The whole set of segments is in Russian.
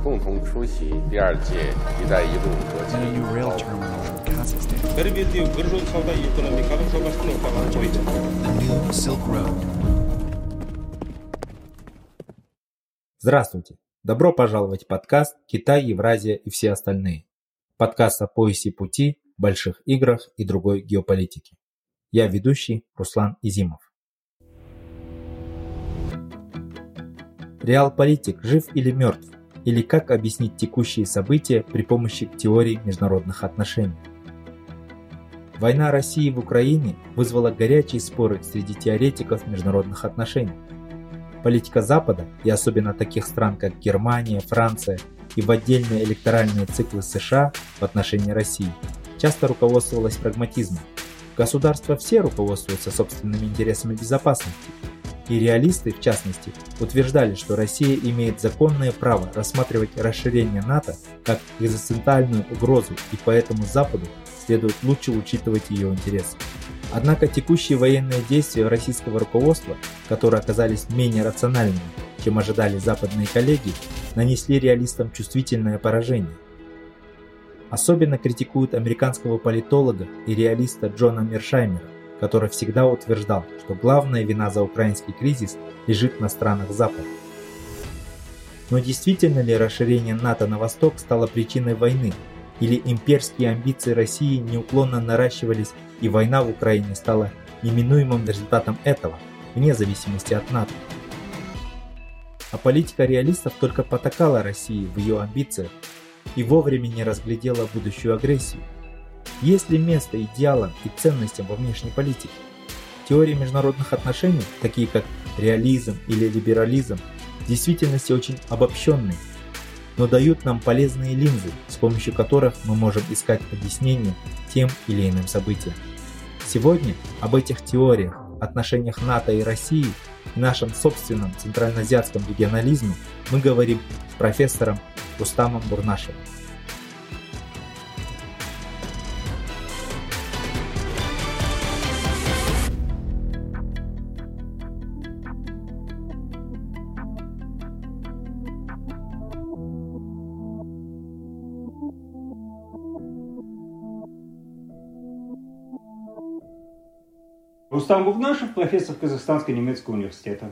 共同出席第二届“一带一路”国际 Здравствуйте! Добро пожаловать в подкаст «Китай, Евразия и все остальные». Подкаст о поясе пути, больших играх и другой геополитике. Я ведущий Руслан Изимов. Реалполитик жив или мертв? Или как объяснить текущие события при помощи теории международных отношений? Война России в Украине вызвала горячие споры среди теоретиков международных отношений. Политика Запада, и особенно таких стран, как Германия, Франция и в отдельные электоральные циклы США в отношении России, часто руководствовалась прагматизмом. Государства все руководствуются собственными интересами безопасности, и реалисты, в частности, утверждали, что Россия имеет законное право рассматривать расширение НАТО как экзистенциальную угрозу, и поэтому Западу следует лучше учитывать ее интересы. Однако текущие военные действия российского руководства, которые оказались менее рациональными, чем ожидали западные коллеги, нанесли реалистам чувствительное поражение. Особенно критикуют американского политолога и реалиста Джона Мершаймера, который всегда утверждал, что главная вина за украинский кризис лежит на странах Запада. Но действительно ли расширение НАТО на восток стало причиной войны, или имперские амбиции России неуклонно наращивались и война в Украине стала неминуемым результатом этого, вне зависимости от НАТО? А политика реалистов только потакала России в ее амбициях и вовремя не разглядела будущую агрессию. Есть ли место идеалам и ценностям во внешней политике? Теории международных отношений, такие как реализм или либерализм, в действительности очень обобщенные, но дают нам полезные линзы, с помощью которых мы можем искать объяснение тем или иным событиям. Сегодня об этих теориях, отношениях НАТО и России и нашем собственном центральноазиатском регионализме мы говорим с профессором Рустамом Бурнашевым. Рустам Бурнашев, профессор Казахстанско-немецкого университета.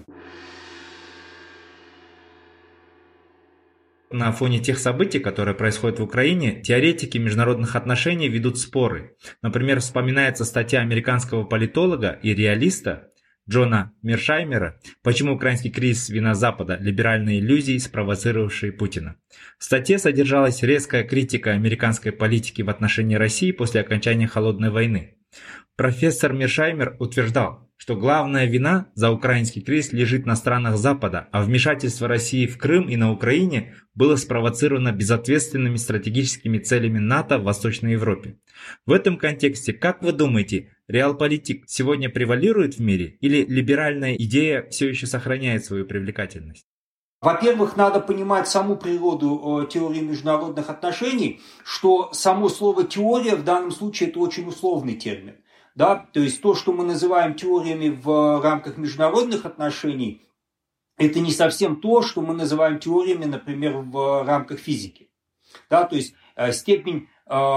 На фоне тех событий, которые происходят в Украине, теоретики международных отношений ведут споры. Например, вспоминается статья американского политолога и реалиста Джона Мершаймера «Почему украинский кризис вина Запада? Либеральные иллюзии, спровоцировавшие Путина». В статье содержалась резкая критика американской политики в отношении России после окончания Холодной войны. Профессор Мершаймер утверждал, что главная вина за украинский кризис лежит на странах Запада, а вмешательство России в Крым и на Украине было спровоцировано безответственными стратегическими целями НАТО в Восточной Европе. В этом контексте, как вы думаете, реалполитик сегодня превалирует в мире или либеральная идея все еще сохраняет свою привлекательность? Во-первых, надо понимать саму природу теории международных отношений, что само слово «теория» в данном случае это очень условный термин. Да? То есть то, что мы называем теориями в рамках международных отношений, это не совсем то, что мы называем теориями, например, в рамках физики. Да? То есть степень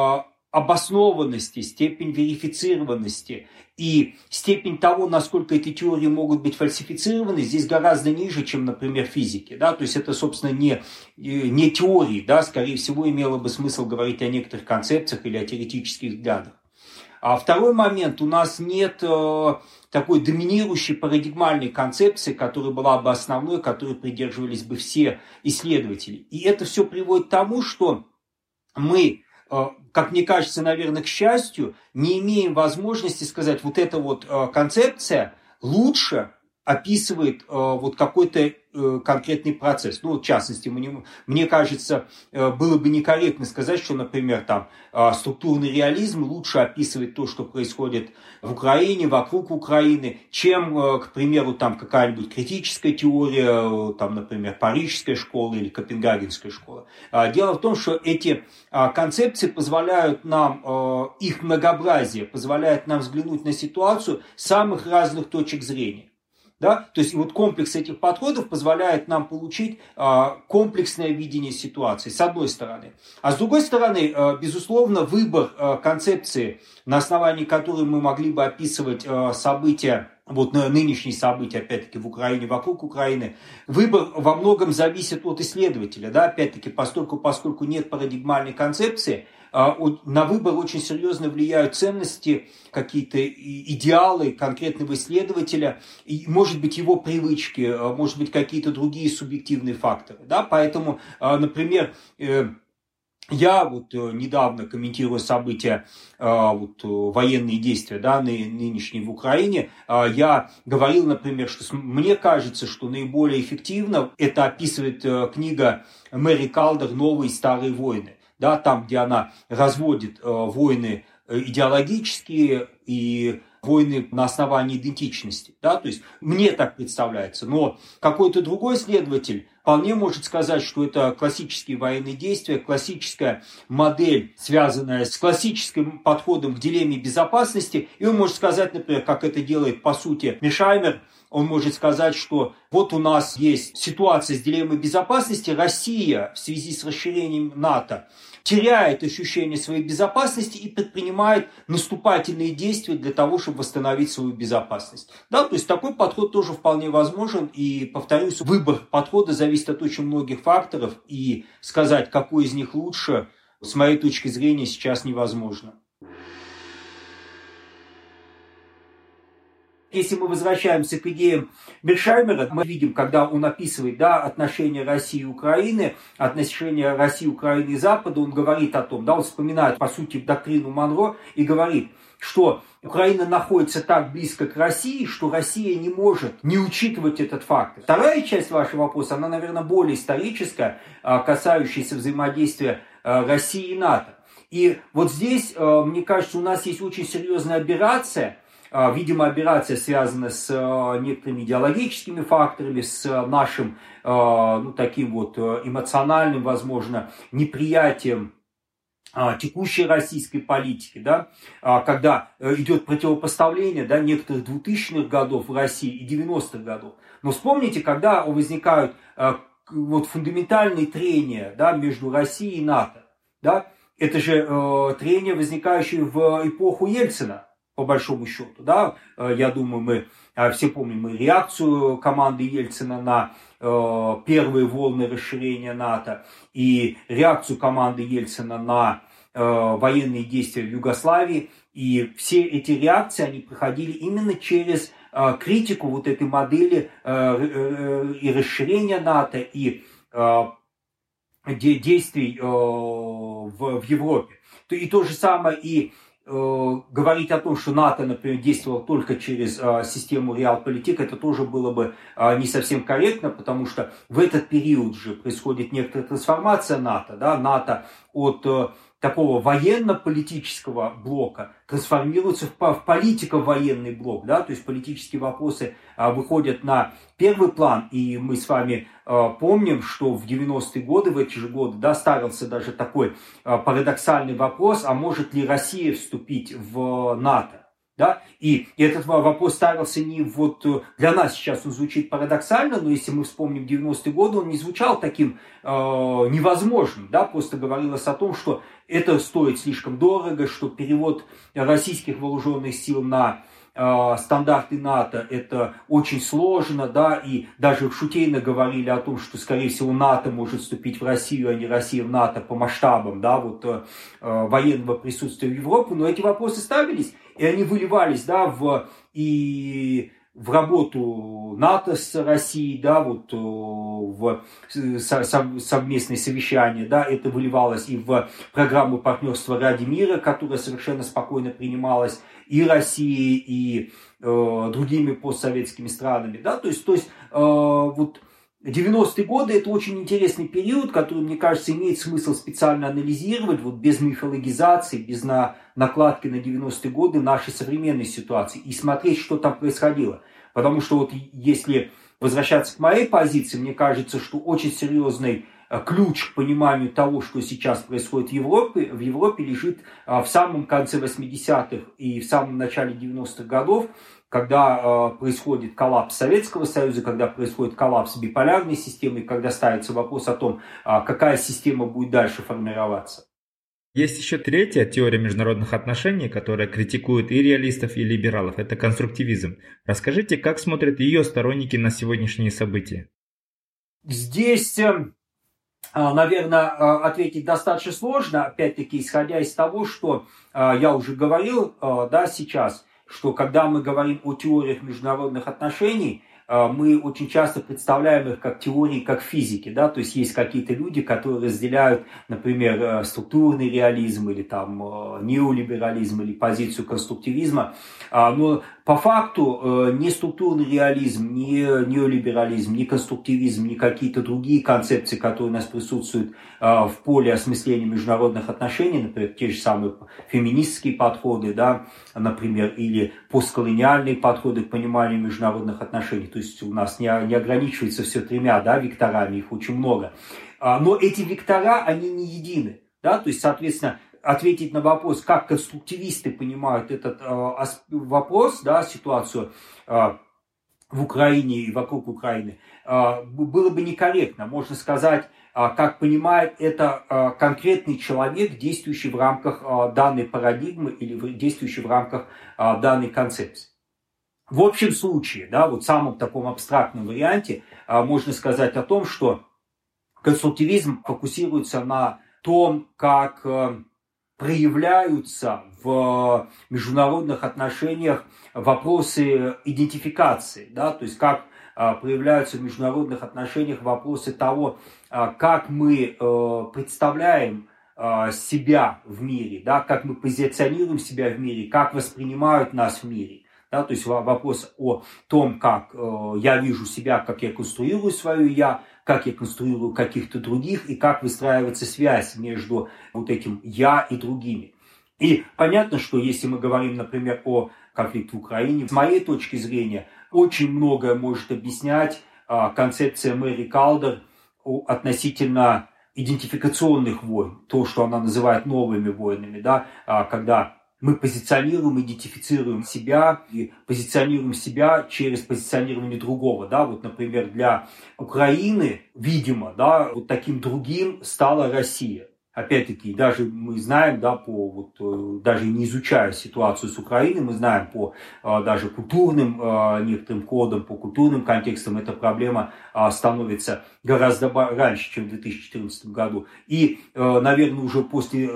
обоснованности, степень верифицированности и степень того, насколько эти теории могут быть фальсифицированы, здесь гораздо ниже, чем, например, в физике. Да? То есть это, собственно, не теории, да? Скорее всего, имело бы смысл говорить о некоторых концепциях или о теоретических взглядах. А второй момент, у нас нет такой доминирующей парадигмальной концепции, которая была бы основной, которой придерживались бы все исследователи. И это все приводит к тому, что мы, как мне кажется, наверное, к счастью, не имеем возможности сказать, вот эта вот концепция лучше описывает вот какой-то конкретный процесс. Ну, в частности, мне кажется, было бы некорректно сказать, что, например, там, структурный реализм лучше описывает то, что происходит в Украине, вокруг Украины, чем, к примеру, там какая-нибудь критическая теория, там, например, Парижская школа или Копенгагенская школа. Дело в том, что эти концепции позволяют нам, их многообразие позволяет нам взглянуть на ситуацию с самых разных точек зрения. Да? То есть вот комплекс этих подходов позволяет нам получить комплексное видение ситуации, с одной стороны. А с другой стороны, безусловно, выбор концепции, на основании которой мы могли бы описывать события, вот нынешние события, опять-таки, в Украине, вокруг Украины, выбор во многом зависит от исследователя. Да? Опять-таки, поскольку нет парадигмальной концепции, на выбор очень серьезно влияют ценности, какие-то идеалы конкретного исследователя, и, может быть, его привычки, может быть, какие-то другие субъективные факторы. Да? Поэтому, например, я вот недавно, комментируя события, военные действия, да, нынешние в Украине, я говорил, например, что мне кажется, что наиболее эффективно это описывает книга Мэри Калдер «Новые и старые войны». Да, там, где она разводит войны идеологические и войны на основании идентичности. Да? То есть мне так представляется. Но какой-то другой исследователь вполне может сказать, что это классические военные действия, классическая модель, связанная с классическим подходом к дилемме безопасности. И он может сказать, например, как это делает по сути Мешаймер, он может сказать, что вот у нас есть ситуация с дилеммой безопасности, Россия в связи с расширением НАТО теряет ощущение своей безопасности и предпринимает наступательные действия для того, чтобы восстановить свою безопасность. Да, то есть такой подход тоже вполне возможен. И, повторюсь, выбор подхода зависит от очень многих факторов. И сказать, какой из них лучше, с моей точки зрения, сейчас невозможно. Если мы возвращаемся к идеям Миршаймера, мы видим, когда он описывает, да, отношения России и Украины, отношения России, Украины и Запада, он говорит о том, да, он вспоминает, по сути, доктрину Монро и говорит, что Украина находится так близко к России, что Россия не может не учитывать этот факт. Вторая часть вашего вопроса, она, наверное, более историческая, касающаяся взаимодействия России и НАТО. И вот здесь, мне кажется, у нас есть очень серьезная аберрация. Видимо, операция связана с некоторыми идеологическими факторами, с нашим таким вот эмоциональным, возможно, неприятием текущей российской политики, да, когда идет противопоставление, да, некоторых 2000-х годов в России и 90-х годов. Но вспомните, когда возникают вот фундаментальные трения, да, между Россией и НАТО. Да, это же трения, возникающие в эпоху Ельцина. По большому счету, да, я думаю, мы все помним и реакцию команды Ельцина на первые волны расширения НАТО, и реакцию команды Ельцина на военные действия в Югославии. И все эти реакции, они проходили именно через критику вот этой модели и расширения НАТО, и действий в Европе. И то же самое и говорить о том, что НАТО, например, действовало только через систему реалполитик, это тоже было бы не совсем корректно, потому что в этот период же происходит некоторая трансформация НАТО. Да? НАТО от такого военно-политического блока трансформируется в политико-военный блок. Да? То есть политические вопросы выходят на первый план, и мы с вами помним, что в 90-е годы, в эти же годы, да, ставился даже такой парадоксальный вопрос, а может ли Россия вступить в НАТО? Да? И этот вопрос ставился не вот для нас сейчас он звучит парадоксально, но если мы вспомним 90-е годы, он не звучал таким невозможным, да? Просто говорилось о том, что это стоит слишком дорого, что перевод российских вооруженных сил на стандарты НАТО это очень сложно, да, и даже шутейно говорили о том, что, скорее всего, НАТО может вступить в Россию, а не Россия в НАТО по масштабам, да, вот военного присутствия в Европе, но эти вопросы ставились, и они выливались, да, в работу НАТО с Россией, да, вот в совместные совещания, да, это выливалось и в программу партнерства ради мира, которая совершенно спокойно принималась и Россией, и другими постсоветскими странами, да, то есть вот 90-е годы это очень интересный период, который, мне кажется, имеет смысл специально анализировать, вот без мифологизации, без накладки на 90-е годы нашей современной ситуации и смотреть, что там происходило. Потому что вот если возвращаться к моей позиции, мне кажется, что очень серьезной ключ к пониманию того, что сейчас происходит в Европе лежит в самом конце 80-х и в самом начале 90-х годов, когда происходит коллапс Советского Союза, когда происходит коллапс биполярной системы, когда ставится вопрос о том, какая система будет дальше формироваться. Есть еще третья теория международных отношений, которая критикует и реалистов, и либералов. Это конструктивизм. Расскажите, как смотрят ее сторонники на сегодняшние события? Здесь, наверное, ответить достаточно сложно, опять-таки, исходя из того, что я уже говорил сейчас, что когда мы говорим о теориях международных отношений, мы очень часто представляем их как теории, как физики, да, то есть есть какие-то люди, которые разделяют, например, структурный реализм или там неолиберализм или позицию конструктивизма, но по факту ни структурный реализм, ни неолиберализм, ни конструктивизм, ни какие-то другие концепции, которые у нас присутствуют в поле осмысления международных отношений, например, те же самые феминистские подходы, да, например, или постколониальные подходы к пониманию международных отношений. То есть у нас не ограничивается все тремя, да, векторами, их очень много. Но эти вектора, они не едины. Да? То есть, соответственно, ответить на вопрос, как конструктивисты понимают этот вопрос, да, ситуацию в Украине и вокруг Украины, было бы некорректно. Можно сказать, как понимает это конкретный человек, действующий в рамках данной парадигмы или действующий в рамках данной концепции. В общем случае, да, вот в самом таком абстрактном варианте можно сказать о том, что конструктивизм фокусируется на том, как проявляются в международных отношениях вопросы идентификации, да, то есть как проявляются в международных отношениях вопросы того, как мы представляем себя в мире, да, как мы позиционируем себя в мире, как воспринимают нас в мире. Да, то есть вопрос о том, как я вижу себя, как я конструирую свое «я», как я конструирую каких-то других и как выстраивается связь между вот этим «я» и другими. И понятно, что если мы говорим, например, о конфликте в Украине, с моей точки зрения, очень многое может объяснять концепция Мэри Калдер относительно идентификационных войн, то, что она называет новыми войнами, да, когда мы позиционируем, идентифицируем себя и позиционируем себя через позиционирование другого. Да? Вот, например, для Украины, видимо, да, вот таким другим стала Россия. Опять-таки, даже мы знаем, да, даже не изучая ситуацию с Украиной, мы знаем по даже культурным некоторым кодам, по культурным контекстам, эта проблема становится гораздо раньше, чем в 2014 году. И, наверное, уже после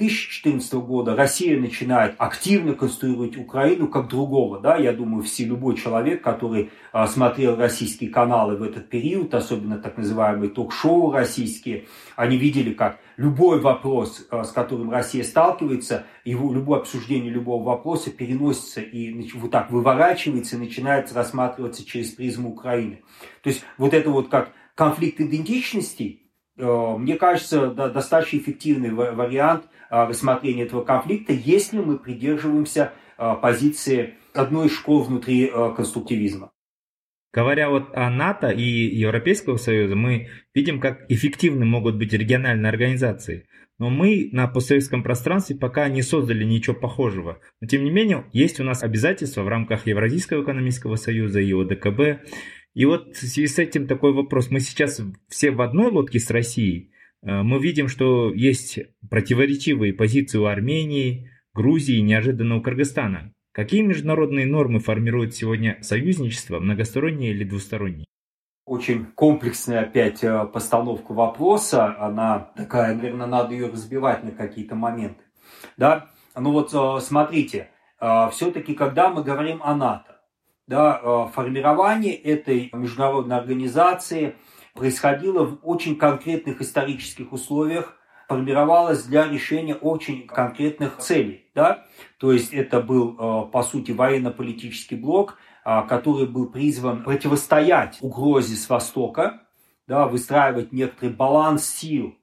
2014 года Россия начинает активно конструировать Украину как другого. Да? Я думаю, любой человек, который смотрел российские каналы в этот период, особенно так называемые ток-шоу российские, они видели, как любой вопрос, с которым Россия сталкивается, любое обсуждение любого вопроса переносится и вот так выворачивается и начинает рассматриваться через призму Украины. То есть вот это вот как конфликт идентичностей, мне кажется, достаточно эффективный вариант рассмотрения этого конфликта, если мы придерживаемся позиции одной из школ внутри конструктивизма. Говоря вот о НАТО и Европейского Союза, мы видим, как эффективны могут быть региональные организации. Но мы на постсоветском пространстве пока не создали ничего похожего. Но тем не менее, есть у нас обязательства в рамках Евразийского экономического союза и ОДКБ. И вот в связи с этим такой вопрос. Мы сейчас все в одной лодке с Россией. Мы видим, что есть противоречивые позиции у Армении, Грузии и неожиданно у Кыргызстана. Какие международные нормы формируют сегодня союзничество, многостороннее или двустороннее? Очень комплексная опять постановка вопроса. Она такая, наверное, надо ее разбивать на какие-то моменты. Да? Ну вот смотрите, все-таки когда мы говорим о НАТО, да, формирование этой международной организации происходило в очень конкретных исторических условиях, формировалась для решения очень конкретных целей. Да? То есть это был, по сути, военно-политический блок, который был призван противостоять угрозе с Востока, да, выстраивать некоторый баланс сил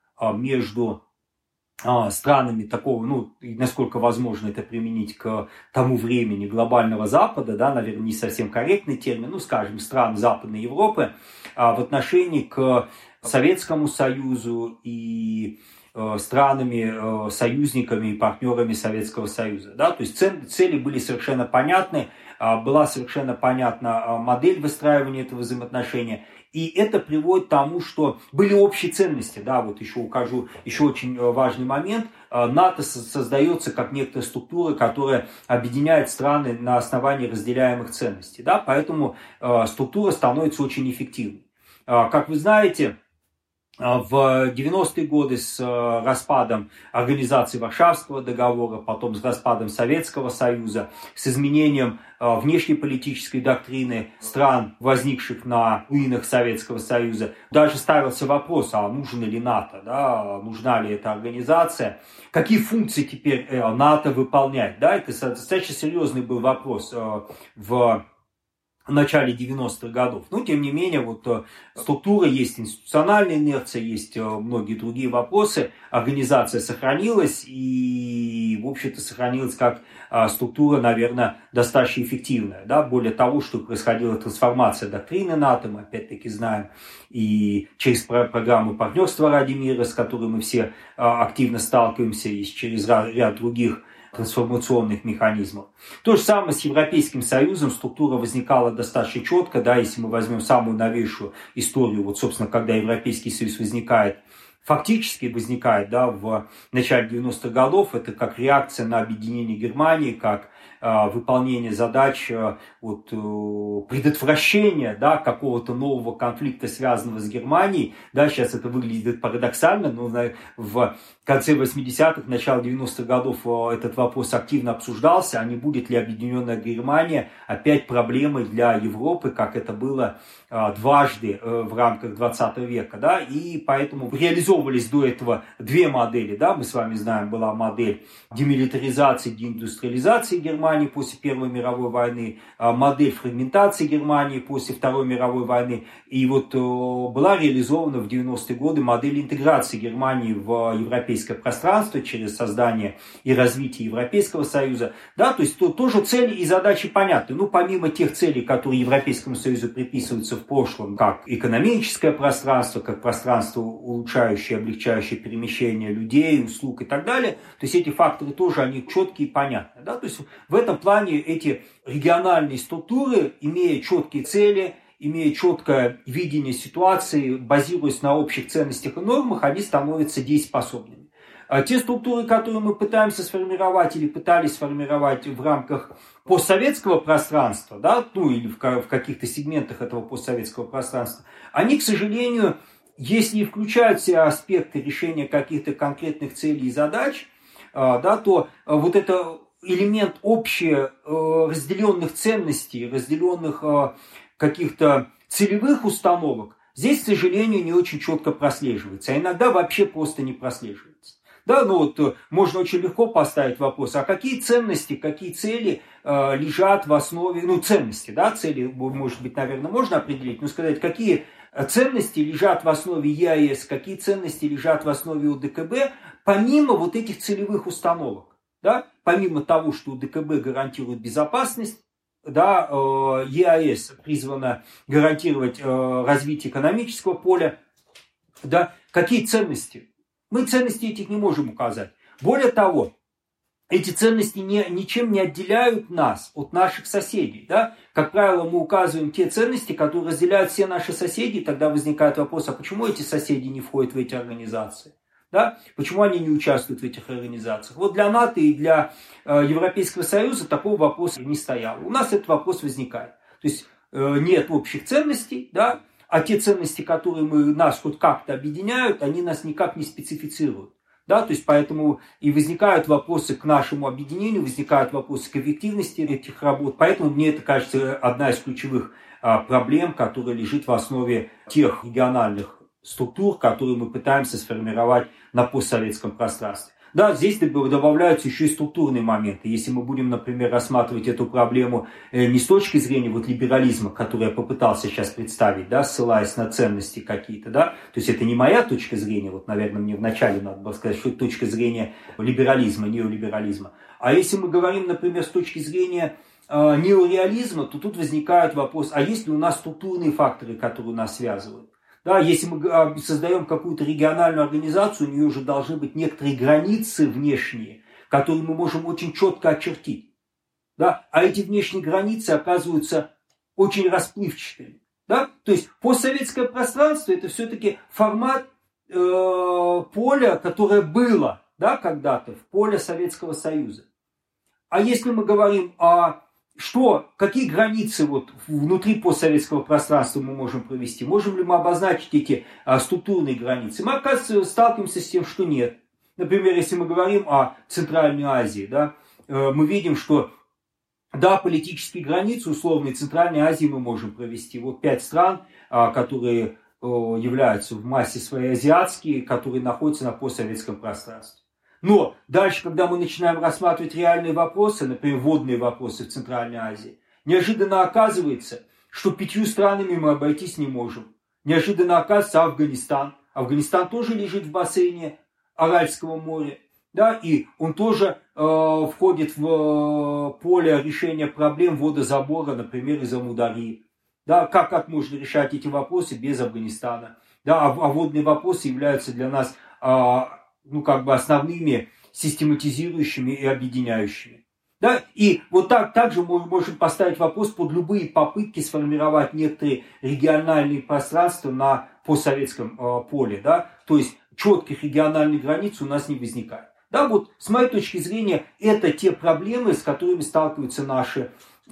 между странами такого, и насколько возможно это применить к тому времени глобального Запада, да, наверное, не совсем корректный термин, скажем, стран Западной Европы, в отношении к Советскому Союзу и странами, союзниками и партнерами Советского Союза. Да? То есть цели были совершенно понятны, была совершенно понятна модель выстраивания этого взаимоотношения. И это приводит к тому, что были общие ценности. Да, вот еще укажу еще очень важный момент. НАТО создается как некая структура, которая объединяет страны на основании разделяемых ценностей. Да, поэтому структура становится очень эффективной. Как вы знаете, в 90-е годы с распадом Организации Варшавского договора, потом с распадом Советского Союза, с изменением внешнеполитической доктрины стран, возникших на руинах Советского Союза, даже ставился вопрос, а нужен ли НАТО, да, нужна ли эта организация, какие функции теперь НАТО выполняет. Да, это достаточно серьезный был вопрос в начале 90-х годов. Но, тем не менее, вот структура, есть институциональная инерция, есть многие другие вопросы. Организация сохранилась и, в общем-то, сохранилась как структура, наверное, достаточно эффективная. Да? Более того, что происходила трансформация доктрины НАТО, мы опять-таки знаем, и через программу партнерства ради мира, с которой мы все активно сталкиваемся, и через ряд других трансформационных механизмов. То же самое с Европейским Союзом. Структура возникала достаточно четко. Да, если мы возьмем самую новейшую историю, вот, собственно, когда Европейский Союз возникает, фактически возникает, да, в начале 90-х годов, это как реакция на объединение Германии, как выполнение задач вот, предотвращения, да, какого-то нового конфликта, связанного с Германией. Да, сейчас это выглядит парадоксально, но в конце 80-х, начало 90-х годов этот вопрос активно обсуждался, а не будет ли объединенная Германия опять проблемой для Европы, как это было дважды в рамках 20 века. Да? И поэтому реализовывались до этого две модели. Да? Мы с вами знаем, была модель демилитаризации, деиндустриализации Германии после Первой мировой войны, модель фрагментации Германии после Второй мировой войны. И вот была реализована в 90-е годы модель интеграции Германии в европейское пространство через создание и развитие Европейского Союза. Да, то есть тоже цели и задачи понятны. Ну, помимо тех целей, которые Европейскому Союзу приписываются в прошлом, как экономическое пространство, как пространство, улучшающее, облегчающее перемещение людей, услуг и так далее. То есть эти факторы тоже, они четкие и понятны. Да? То есть в этом плане эти региональные структуры, имея четкие цели, имея четкое видение ситуации, базируясь на общих ценностях и нормах, они становятся дееспособными. А те структуры, которые мы пытаемся сформировать или пытались сформировать в рамках постсоветского пространства, да, ну или в каких-то сегментах этого постсоветского пространства, они, к сожалению, если и включают в себя аспекты решения каких-то конкретных целей и задач, да, то вот это элемент общих разделенных ценностей, разделенных каких-то целевых установок, здесь, к сожалению, не очень четко прослеживается, а иногда вообще просто не прослеживается. Да, ну вот можно очень легко поставить вопрос, а какие ценности, какие цели лежат в основе, ну ценности, да, цели, может быть, наверное, можно определить, но сказать, какие ценности лежат в основе ЕАЭС, какие ценности лежат в основе УДКБ, помимо вот этих целевых установок, да, помимо того, что УДКБ гарантирует безопасность, да, ЕАЭС призвана гарантировать развитие экономического поля, да, какие ценности? Мы ценности этих не можем указать. Более того, эти ценности ничем не отделяют нас от наших соседей. Да? Как правило, мы указываем те ценности, которые разделяют все наши соседи, и тогда возникает вопрос, а почему эти соседи не входят в эти организации? Да? Почему они не участвуют в этих организациях? Вот для НАТО и для Европейского Союза такого вопроса не стояло. У нас этот вопрос возникает. То есть нет общих ценностей, да? А те ценности, которые нас хоть как-то объединяют, они нас никак не специфицируют. Да? То есть поэтому и возникают вопросы к нашему объединению, возникают вопросы к эффективности этих работ. Поэтому мне это кажется одна из ключевых проблем, которая лежит в основе тех региональных структур, которые мы пытаемся сформировать на постсоветском пространстве. Да, здесь добавляются еще и структурные моменты. Если мы будем, например, рассматривать эту проблему не с точки зрения вот либерализма, который я попытался сейчас представить, да, ссылаясь на ценности какие-то, да, то есть это не моя точка зрения, вот, наверное, мне вначале надо было сказать, что это точка зрения либерализма, неолиберализма. А если мы говорим, например, с точки зрения неореализма, то тут возникает вопрос, а есть ли у нас структурные факторы, которые нас связывают? Да, если мы создаем какую-то региональную организацию, у нее уже должны быть некоторые границы внешние, которые мы можем очень четко очертить. Да? А эти внешние границы оказываются очень расплывчатыми. Да? То есть постсоветское пространство это все-таки формат поля, которое было, да, когда-то в поле Советского Союза. А если мы говорим какие границы вот внутри постсоветского пространства мы можем провести? Можем ли мы обозначить эти структурные границы? Мы, оказывается, сталкиваемся с тем, что нет. Например, если мы говорим о Центральной Азии, да, мы видим, что да, политические границы условные Центральной Азии мы можем провести. Вот 5 стран, которые являются в массе своей азиатские, которые находятся на постсоветском пространстве. Но дальше, когда мы начинаем рассматривать реальные вопросы, например, водные вопросы в Центральной Азии, неожиданно оказывается, что 5 странами мы обойтись не можем. Неожиданно оказывается Афганистан. Афганистан тоже лежит в бассейне Аральского моря. Да, и он тоже входит в поле решения проблем водозабора, например, из Амударьи. Да, как можно решать эти вопросы без Афганистана? Да, а водные вопросы являются для нас основными систематизирующими и объединяющими. Да? И вот также мы можем поставить вопрос под любые попытки сформировать некоторые региональные пространства на постсоветском поле. Да? То есть четких региональных границ у нас не возникает. Да, вот с моей точки зрения, это те проблемы, с которыми сталкиваются наши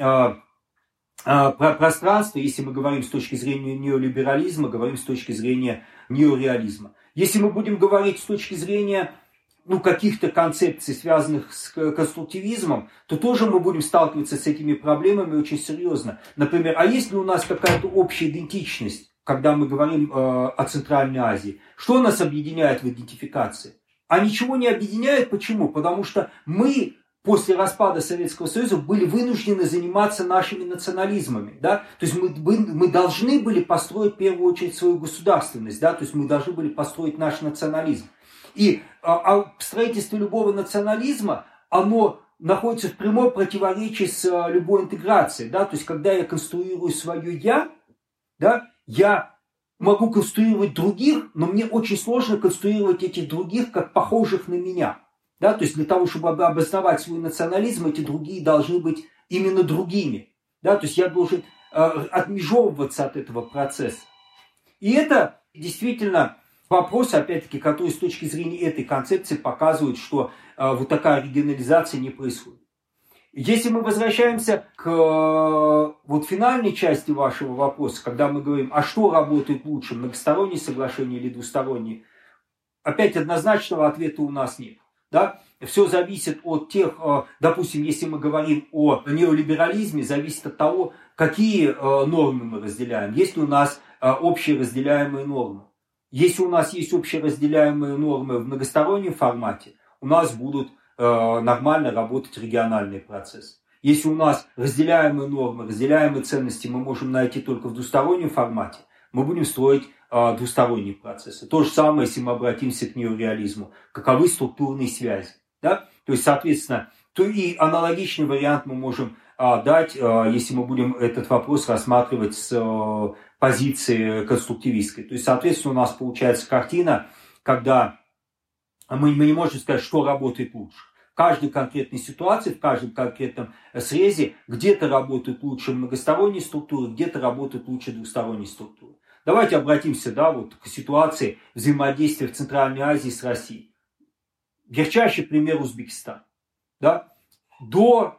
пространства, если мы говорим с точки зрения неолиберализма, говорим с точки зрения неореализма. Если мы будем говорить с точки зрения каких-то концепций, связанных с конструктивизмом, то тоже мы будем сталкиваться с этими проблемами очень серьезно. Например, а есть ли у нас какая-то общая идентичность, когда мы говорим о Центральной Азии? Что нас объединяет в идентификации? А ничего не объединяет. Почему? Потому что мы после распада Советского Союза были вынуждены заниматься нашими национализмами. Да? То есть мы должны были построить в первую очередь свою государственность. Да? То есть мы должны были построить наш национализм. И строительство любого национализма, оно находится в прямом противоречии с любой интеграцией. Да? То есть когда я конструирую свое «я», да, я могу конструировать других, но мне очень сложно конструировать этих других как похожих на меня. Да? То есть для того, чтобы обосновать свой национализм, эти другие должны быть именно другими. Да? То есть я должен отмежевываться от этого процесса. И это действительно вопрос, опять-таки, который с точки зрения этой концепции показывает, что вот такая регионализация не происходит. Если мы возвращаемся к финальной части вашего вопроса, когда мы говорим, а что работает лучше, многосторонние соглашения или двусторонние, опять однозначного ответа у нас нет. Да? Все зависит от тех, допустим, если мы говорим о неолиберализме, зависит от того, какие нормы мы разделяем. Есть ли у нас общие разделяемые нормы? Если у нас есть общие разделяемые нормы в многостороннем формате, у нас будут нормально работать региональные процессы. Если у нас разделяемые нормы, разделяемые ценности мы можем найти только в двустороннем формате, мы будем строить двусторонние процессы. То же самое, если мы обратимся к неореализму. Каковы структурные связи? Да? То есть, соответственно, то и аналогичный вариант мы можем дать, если мы будем этот вопрос рассматривать с позиции конструктивистской. То есть, соответственно, у нас получается картина, когда мы не можем сказать, что работает лучше. В каждой конкретной ситуации, в каждом конкретном срезе где-то работают лучше многосторонние структуры, где-то работают лучше двусторонние структуры. Давайте обратимся к ситуации взаимодействия в Центральной Азии с Россией. Ярчайший пример Узбекистан. Да? До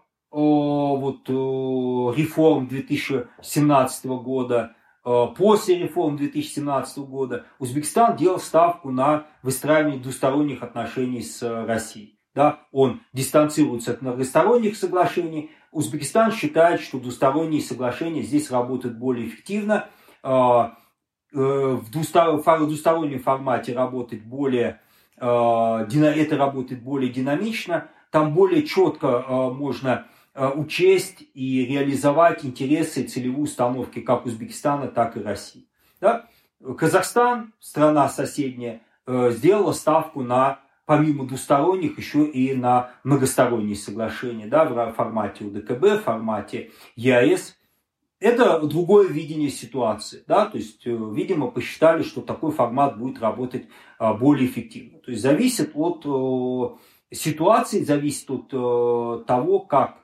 реформ 2017 года, после реформ 2017 года Узбекистан делал ставку на выстраивание двусторонних отношений с Россией. Да? Он дистанцируется от многосторонних соглашений. Узбекистан считает, что двусторонние соглашения здесь работают более эффективно. В двустороннем формате это работает более динамично. Там более четко можно учесть и реализовать интересы и целевые установки как Узбекистана, так и России. Да? Казахстан, страна соседняя, сделала ставку на, помимо двусторонних, еще и на многосторонние соглашения, да, в формате УДКБ, в формате ЕАЭС. Это другое видение ситуации, да, то есть, видимо, посчитали, что такой формат будет работать более эффективно. То есть зависит от ситуации, зависит от того, как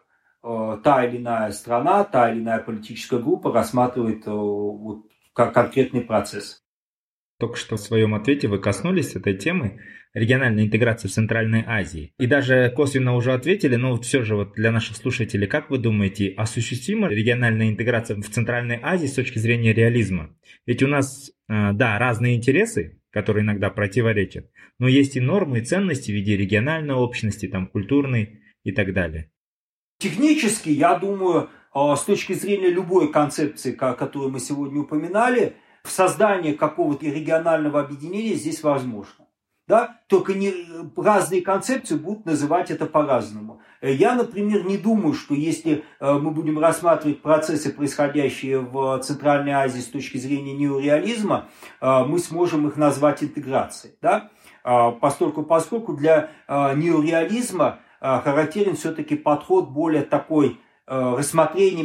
та или иная страна, та или иная политическая группа рассматривает вот, как конкретный процесс. Только что в своем ответе вы коснулись этой темы региональной интеграции в Центральной Азии. И даже косвенно уже ответили, но вот все же вот для наших слушателей, как вы думаете, осуществима региональная интеграция в Центральной Азии с точки зрения реализма? Ведь у нас, да, разные интересы, которые иногда противоречат, но есть и нормы, и ценности в виде региональной общности, там, культурной и так далее. Технически, я думаю, с точки зрения любой концепции, которую мы сегодня упоминали, создание какого-то регионального объединения здесь возможно. Да? Только разные концепции будут называть это по-разному. Я, например, не думаю, что если мы будем рассматривать процессы, происходящие в Центральной Азии с точки зрения неореализма, мы сможем их назвать интеграцией. Да? Поскольку для неореализма характерен все-таки подход более такой рассмотрение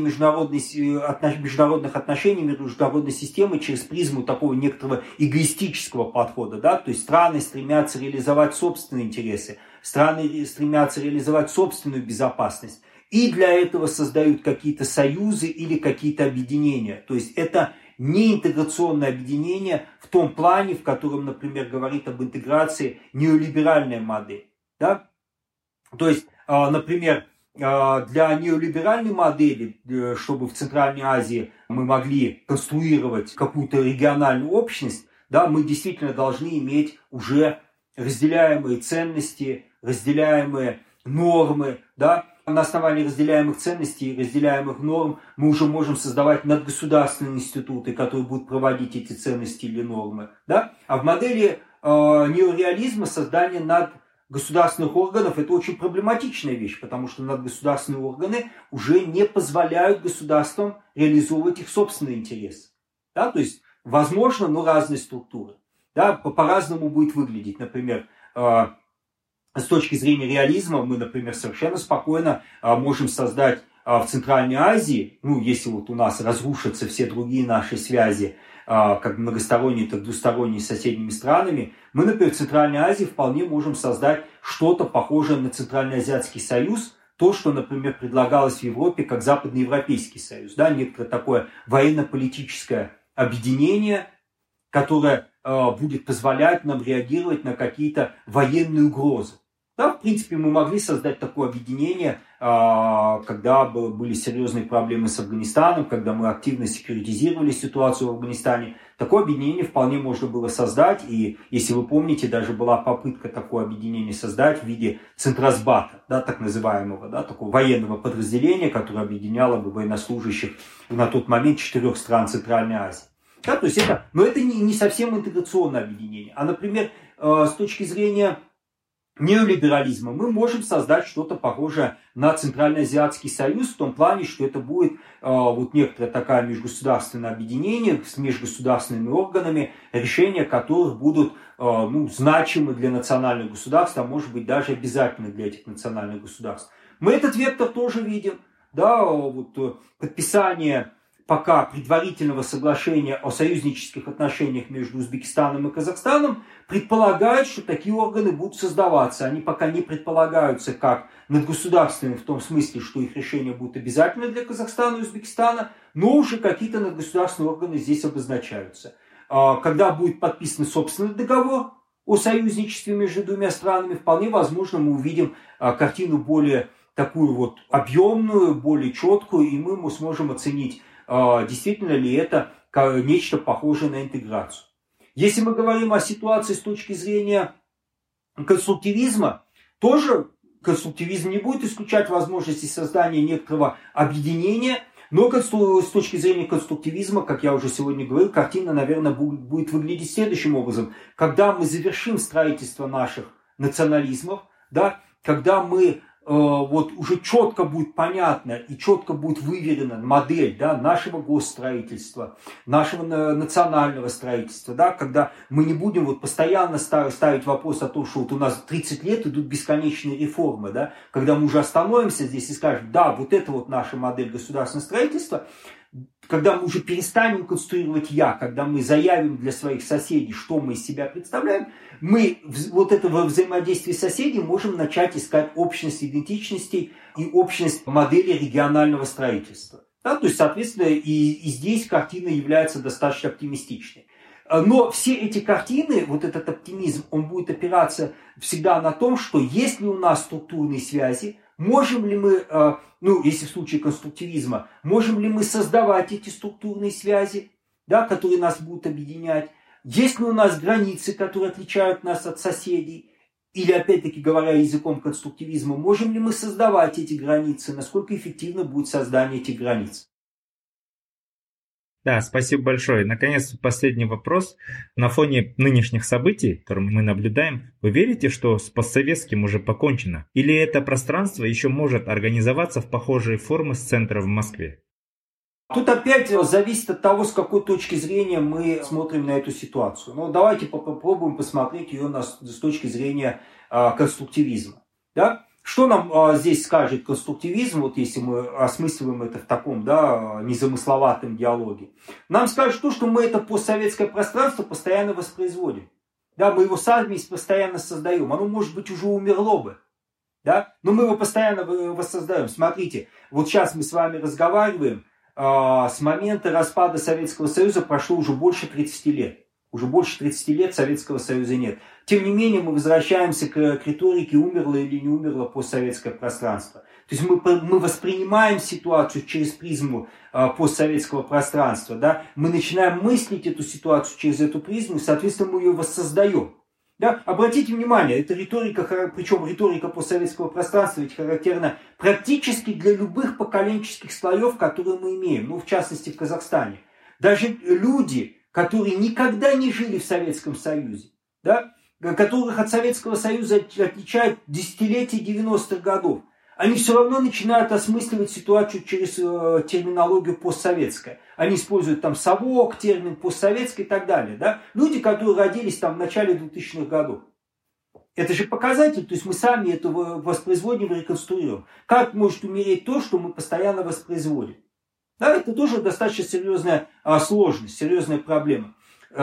международных отношений, международной системы через призму такого некоторого эгоистического подхода. Да? То есть страны стремятся реализовать собственные интересы, страны стремятся реализовать собственную безопасность. И для этого создают какие-то союзы или какие-то объединения. То есть это не интеграционное объединение в том плане, в котором, например, говорит об интеграции неолиберальная модель. Да? То есть, например, для неолиберальной модели, чтобы в Центральной Азии мы могли конструировать какую-то региональную общность, да, мы действительно должны иметь уже разделяемые ценности, разделяемые нормы. Да. На основании разделяемых ценностей и разделяемых норм мы уже можем создавать надгосударственные институты, которые будут проводить эти ценности или нормы. Да. А в модели неореализма создание государственных органов — это очень проблематичная вещь, потому что надгосударственные органы уже не позволяют государствам реализовывать их собственные интересы. Да? То есть, возможно, но разные структуры. Да? По-разному будет выглядеть. Например, с точки зрения реализма мы, например, совершенно спокойно можем создать в Центральной Азии, ну, если вот у нас разрушатся все другие наши связи, как многосторонние, так и двусторонние с соседними странами, мы, например, в Центральной Азии вполне можем создать что-то похожее на Центральноазиатский союз, то, что, например, предлагалось в Европе как Западноевропейский союз, да, некоторое такое военно-политическое объединение, которое будет позволять нам реагировать на какие-то военные угрозы. Да, в принципе, мы могли создать такое объединение, когда были серьезные проблемы с Афганистаном, когда мы активно секьюритизировали ситуацию в Афганистане. Такое объединение вполне можно было создать. И, если вы помните, даже была попытка такое объединение создать в виде Центрасбата, да, так называемого, да, такого военного подразделения, которое объединяло бы военнослужащих на тот момент 4 стран Центральной Азии. Да, то есть но это не совсем интеграционное объединение. А, например, с точки зрения неолиберализма мы можем создать что-то похожее на Центральноазиатский союз в том плане, что это будет вот некоторое такое межгосударственное объединение с межгосударственными органами, решения которых будут значимы для национальных государств, а может быть даже обязательны для этих национальных государств. Мы этот вектор тоже видим. Да, вот подписание пока предварительного соглашения о союзнических отношениях между Узбекистаном и Казахстаном предполагает, что такие органы будут создаваться. Они пока не предполагаются как надгосударственные в том смысле, что их решения будут обязательны для Казахстана и Узбекистана, но уже какие-то надгосударственные органы здесь обозначаются. Когда будет подписан собственный договор о союзничестве между двумя странами, вполне возможно мы увидим картину более такую вот объемную, более четкую, и мы сможем оценить, действительно ли это нечто похожее на интеграцию. Если мы говорим о ситуации с точки зрения конструктивизма, тоже конструктивизм не будет исключать возможности создания некоторого объединения, но с точки зрения конструктивизма, как я уже сегодня говорил, картина, наверное, будет выглядеть следующим образом. Когда мы завершим строительство наших национализмов, да, когда мы вот уже четко будет понятно и четко будет выверена модель, да, нашего госстроительства, нашего национального строительства, да, когда мы не будем вот постоянно ставить вопрос о том, что вот у нас 30 лет идут бесконечные реформы, да, когда мы уже остановимся здесь и скажем, да, вот это вот наша модель государственного строительства, когда мы уже перестанем конструировать «я», когда мы заявим для своих соседей, что мы из себя представляем, мы вот этого взаимодействия с соседями можем начать искать общность идентичностей и общность модели регионального строительства. Да, то есть, соответственно, и здесь картина является достаточно оптимистичной. Но все эти картины, вот этот оптимизм, он будет опираться всегда на том, что есть ли у нас структурные связи, можем ли мы, если в случае конструктивизма, можем ли мы создавать эти структурные связи, да, которые нас будут объединять, есть ли у нас границы, которые отличают нас от соседей, или, опять-таки, говоря языком конструктивизма, можем ли мы создавать эти границы, насколько эффективно будет создание этих границ. Да, спасибо большое. Наконец, последний вопрос. На фоне нынешних событий, которые мы наблюдаем, вы верите, что с постсоветским уже покончено? Или это пространство еще может организоваться в похожие формы с центра в Москве? Тут опять зависит от того, с какой точки зрения мы смотрим на эту ситуацию. Но давайте попробуем посмотреть ее с точки зрения конструктивизма. Да? Что нам здесь скажет конструктивизм, вот если мы осмысливаем это в таком незамысловатом диалоге? Нам скажет то, что мы это постсоветское пространство постоянно воспроизводим. Да, мы его сами постоянно создаем. Оно, может быть, уже умерло бы. Да? Но мы его постоянно воссоздаем. Смотрите, вот сейчас мы с вами разговариваем. С момента распада Советского Союза прошло уже больше 30 лет. Уже больше 30 лет Советского Союза нет. Тем не менее, мы возвращаемся к риторике, умерло или не умерло постсоветское пространство. То есть мы воспринимаем ситуацию через призму постсоветского пространства. Да? Мы начинаем мыслить эту ситуацию через эту призму, и, соответственно, мы ее воссоздаем. Да? Обратите внимание, это риторика, причем риторика постсоветского пространства ведь характерна практически для любых поколенческих слоев, которые мы имеем. Ну, в частности, в Казахстане. Даже люди, которые никогда не жили в Советском Союзе, да? Которых от Советского Союза отличают десятилетия 90-х годов, они все равно начинают осмысливать ситуацию через терминологию постсоветская. Они используют там совок, термин постсоветский и так далее. Да? Люди, которые родились там в начале 2000-х годов. Это же показатель, то есть мы сами это воспроизводим и реконструируем. Как может умереть то, что мы постоянно воспроизводим? Да, это тоже достаточно серьезная сложность, серьезная проблема.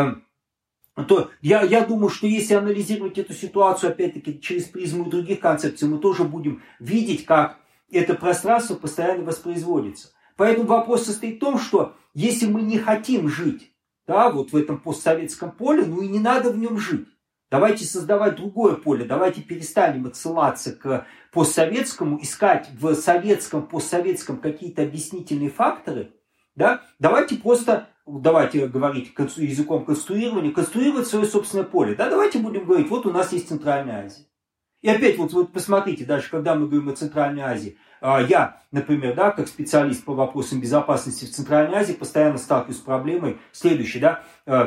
То я думаю, что если анализировать эту ситуацию, опять-таки, через призму других концепций, мы тоже будем видеть, как это пространство постоянно воспроизводится. Поэтому вопрос состоит в том, что если мы не хотим жить, да, вот в этом постсоветском поле, ну и не надо в нем жить. Давайте создавать другое поле, давайте перестанем отсылаться к постсоветскому, искать в советском, постсоветском какие-то объяснительные факторы. Да? Давайте говорить языком конструирования, конструировать свое собственное поле. Да? Давайте будем говорить, вот у нас есть Центральная Азия. И опять вот посмотрите, даже когда мы говорим о Центральной Азии, я, например, да, как специалист по вопросам безопасности в Центральной Азии, постоянно сталкиваюсь с проблемой следующей. Да?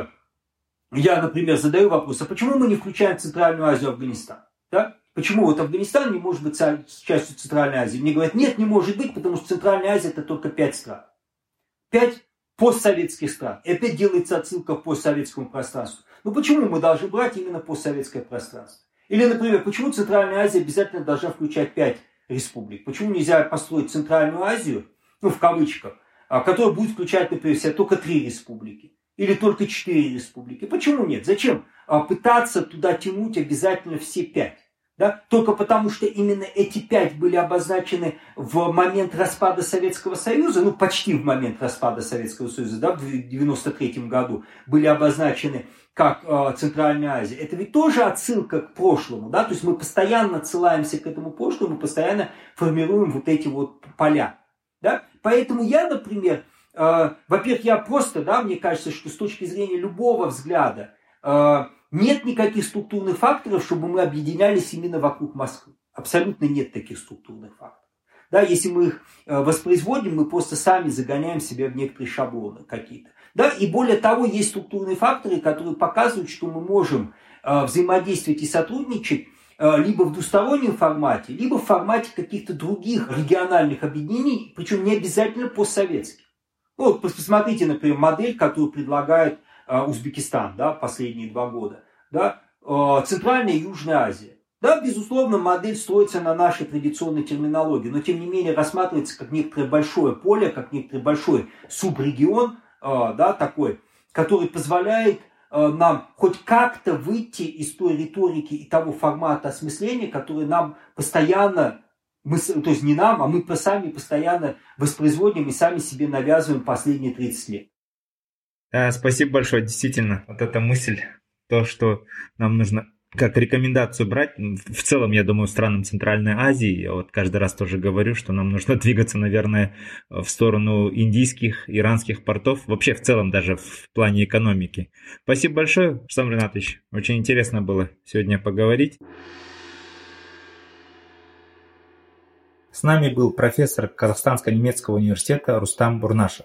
Я, например, задаю вопрос, а почему мы не включаем Центральную Азию в Афганистан? Да? Почему вот Афганистан не может быть частью Центральной Азии? Мне говорят, нет, не может быть, потому что Центральная Азия это только 5 стран. 5 постсоветских стран. И опять делается отсылка к постсоветскому пространству. Но почему мы должны брать именно постсоветское пространство? Или, например, почему Центральная Азия обязательно должна включать 5 республик? Почему нельзя построить Центральную Азию, ну в кавычках, которая будет включать, например, в себя только 3 республики? Или только 4 республики? Почему нет? Зачем пытаться туда тянуть обязательно все 5? Да? Только потому, что именно эти 5 были обозначены в момент распада Советского Союза, ну почти в момент распада Советского Союза, да, в 1993 году были обозначены как Центральная Азия. Это ведь тоже отсылка к прошлому, да? То есть мы постоянно отсылаемся к этому прошлому, мы постоянно формируем вот эти вот поля. Да? Поэтому я, например, во-первых, я просто, да, мне кажется, что с точки зрения любого взгляда нет никаких структурных факторов, чтобы мы объединялись именно вокруг Москвы. Абсолютно нет таких структурных факторов. Да, если мы их воспроизводим, мы просто сами загоняем себя в некоторые шаблоны какие-то. Да, и более того, есть структурные факторы, которые показывают, что мы можем взаимодействовать и сотрудничать либо в двустороннем формате, либо в формате каких-то других региональных объединений, причем не обязательно постсоветских. Ну, вот посмотрите, например, модель, которую предлагает Узбекистан, да, последние 2 года. Да, Центральная и Южная Азия. Да, безусловно, модель строится на нашей традиционной терминологии, но тем не менее рассматривается как некоторое большое поле, как некоторый большой субрегион, да, такой, который позволяет нам хоть как-то выйти из той риторики и того формата осмысления, который нам постоянно, то есть не нам, а мы сами постоянно воспроизводим и сами себе навязываем последние 30 лет. Спасибо большое, действительно, вот эта мысль, то, что нам нужно как рекомендацию брать, в целом, я думаю, странам Центральной Азии, я вот каждый раз тоже говорю, что нам нужно двигаться, наверное, в сторону индийских, иранских портов, вообще в целом даже в плане экономики. Спасибо большое, Рустам Ринатович, очень интересно было сегодня поговорить. С нами был профессор Казахстанско-немецкого университета Рустам Бурнашев.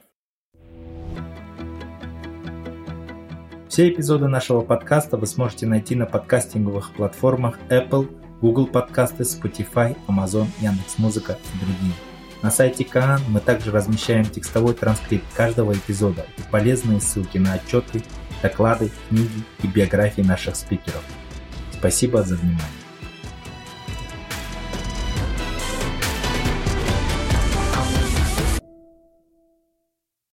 Все эпизоды нашего подкаста вы сможете найти на подкастинговых платформах Apple, Google Подкасты, Spotify, Amazon, Яндекс.Музыка и другие. На сайте Каан мы также размещаем текстовой транскрипт каждого эпизода и полезные ссылки на отчеты, доклады, книги и биографии наших спикеров. Спасибо за внимание.